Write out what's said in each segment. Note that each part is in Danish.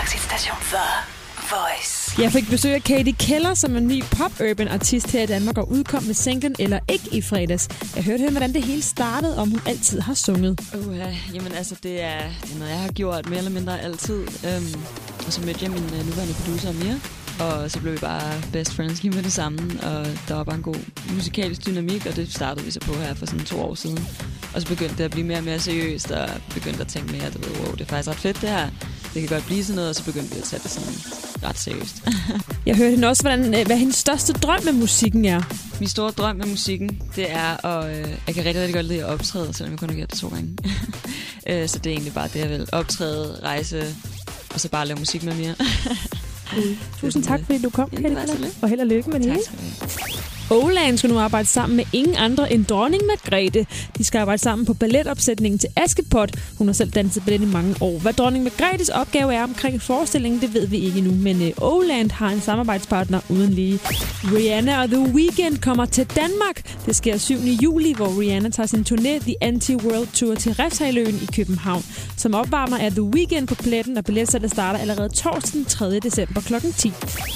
Danmarks station The Voice. Jeg fik besøg af Katie Keller, som er en ny pop-urban artist her i Danmark og udkom med singlen Eller Ikke i fredags. Jeg hørte hende, hvordan det hele startede, om hun altid har sunget. Jamen altså, det er noget, jeg har gjort mere eller mindre altid. Og så mødte jeg min nuværende producer Amir, og så blev vi bare best friends lige med det samme. Og der var bare en god musikalsk dynamik, og det startede vi så på her for sådan 2 år siden. Og så begyndte det at blive mere og mere seriøst, og begyndte at tænke mere, wow, det er faktisk ret fedt det her. Det kan godt blive sådan noget, og så begyndte vi at tage det sådan ret seriøst. Jeg hørte hende også, hvad hendes største drøm med musikken er. Min store drøm med musikken, det er, og jeg kan rigtig godt lide at optræde, selvom jeg kun har gjort det 2 gange. Så det er egentlig bare det, jeg vil optræde, rejse, og så bare lave musik med mere. Tusind tak, fordi du kom, Katie Keller, og held og lykke med det hele. Åland skal nu arbejde sammen med ingen andre end dronning Margrethe. De skal arbejde sammen på balletopsætningen til Askepot. Hun har selv danset ballet i mange år. Hvad dronning Margrethes opgave er omkring forestillingen, det ved vi ikke endnu. Men Åland har en samarbejdspartner uden lige. Rihanna og The Weeknd kommer til Danmark. Det sker 7. juli, hvor Rihanna tager sin turné The Anti-World Tour til Refshaleøen i København. Som opvarmer er The Weeknd på pletten, og billetsalget starter allerede torsdag den 3. december kl. 10.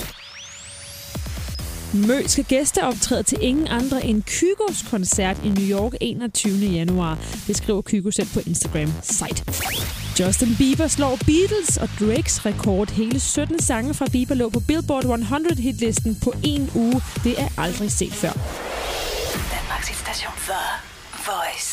Mø skal gæsteoptræde til ingen andre end Kygos koncert i New York 21. januar. Det skriver Kygo selv på Instagram-site. Justin Bieber slår Beatles og Drakes rekord. Hele 17 sange fra Bieber lå på Billboard 100-hitlisten på 1 uge. Det er aldrig set før. Danmarks station The Voice.